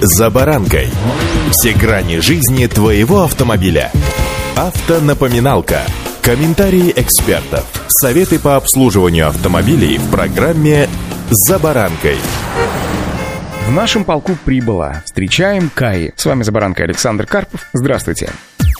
«За баранкой». Все грани жизни твоего автомобиля. Автонапоминалка. Комментарии экспертов. Советы по обслуживанию автомобилей в программе «За баранкой». В нашем полку прибыло. Встречаем КАИ. С вами «За баранкой» Александр Карпов. Здравствуйте.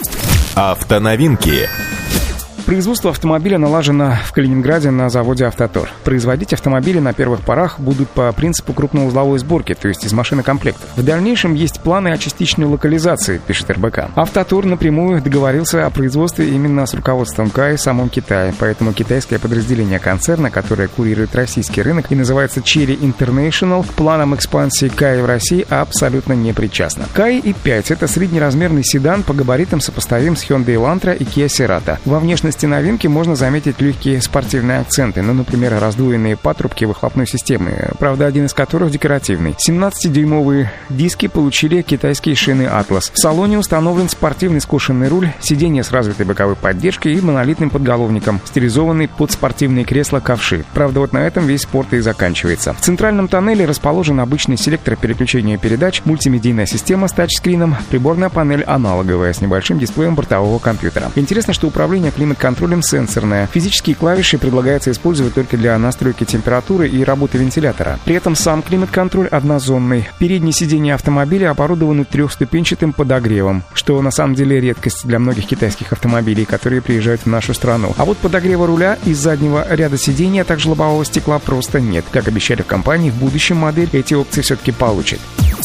Автоновинки. Производство автомобиля налажено в Калининграде на заводе «Автотор». Производить автомобили на первых порах будут по принципу крупноузловой сборки, то есть из машинокомплектов. В дальнейшем есть планы о частичной локализации, пишет РБК. «Автотор» напрямую договорился о производстве именно с руководством КАИ в самом Китае, поэтому китайское подразделение концерна, которое курирует российский рынок и называется Chery International, к планам экспансии КАИ в России абсолютно не причастно. КАИ i5 — это среднеразмерный седан, по габаритам сопоставим с Hyundai Elantra и Kia Cerato. Во внешности новинки можно заметить легкие спортивные акценты, например, раздвоенные патрубки выхлопной системы, правда, один из которых декоративный. 17-дюймовые диски получили китайские шины Atlas. В салоне установлен спортивный скошенный руль, сиденье с развитой боковой поддержкой и монолитным подголовником, стилизованный под спортивные кресла-ковши. Правда, вот на этом весь спорт и заканчивается. В центральном тоннеле расположен обычный селектор переключения передач, мультимедийная система с тачскрином, приборная панель аналоговая с небольшим дисплеем бортового компьютера. Интересно, что управление климат-контролем сенсорное. Физические клавиши предлагается использовать только для настройки температуры и работы вентилятора. При этом сам климат-контроль однозонный. Передние сиденья автомобиля оборудованы трехступенчатым подогревом, что на самом деле редкость для многих китайских автомобилей, которые приезжают в нашу страну. А вот подогрева руля и заднего ряда сидений, а также лобового стекла просто нет. Как обещали в компании, в будущем модель эти опции все-таки получит.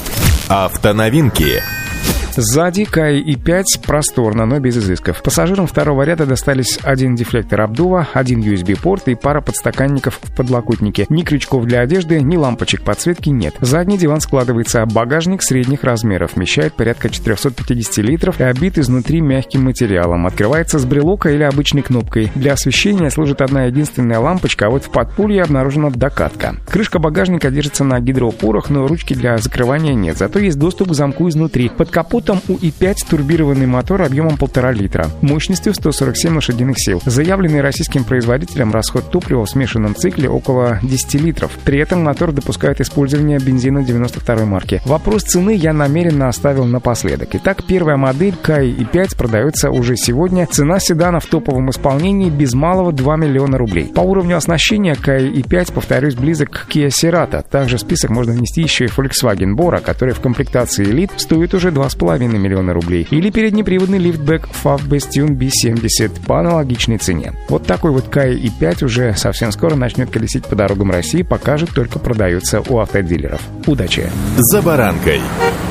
Автоновинки. Сзади КАИ i5 просторно, но без изысков. Пассажирам второго ряда достались один дефлектор обдува, один USB-порт и пара подстаканников в подлокотнике. Ни крючков для одежды, ни лампочек подсветки нет. Задний диван складывается, а багажник средних размеров, вмещает порядка 450 литров и обит изнутри мягким материалом. Открывается с брелока или обычной кнопкой. Для освещения служит одна единственная лампочка, а вот в подпулье обнаружена докатка. Крышка багажника держится на гидроупорах, но ручки для закрывания нет. Зато есть доступ к замку изнутри. Под капотом у i5 турбированный мотор объемом 1,5 литра, мощностью 147 лошадиных сил. Заявленный российским производителем расход топлива в смешанном цикле около 10 литров. При этом мотор допускает использование бензина 92-й марки. Вопрос цены я намеренно оставил напоследок. Итак, первая модель КАИ i5 продается уже сегодня. Цена седана в топовом исполнении без малого 2 миллиона рублей. По уровню оснащения КАИ i5, повторюсь, близок к Kia Cerato. Также в список можно внести еще и Volkswagen Bora, который в комплектации Elite стоит уже 2,5 миллиона рублей. Или переднеприводный лифтбэк FAW Bestune B70 по аналогичной цене. Вот такой вот КАИ i5 уже совсем скоро начнет колесить по дорогам России, пока же только продается у автодилеров. Удачи! «За баранкой».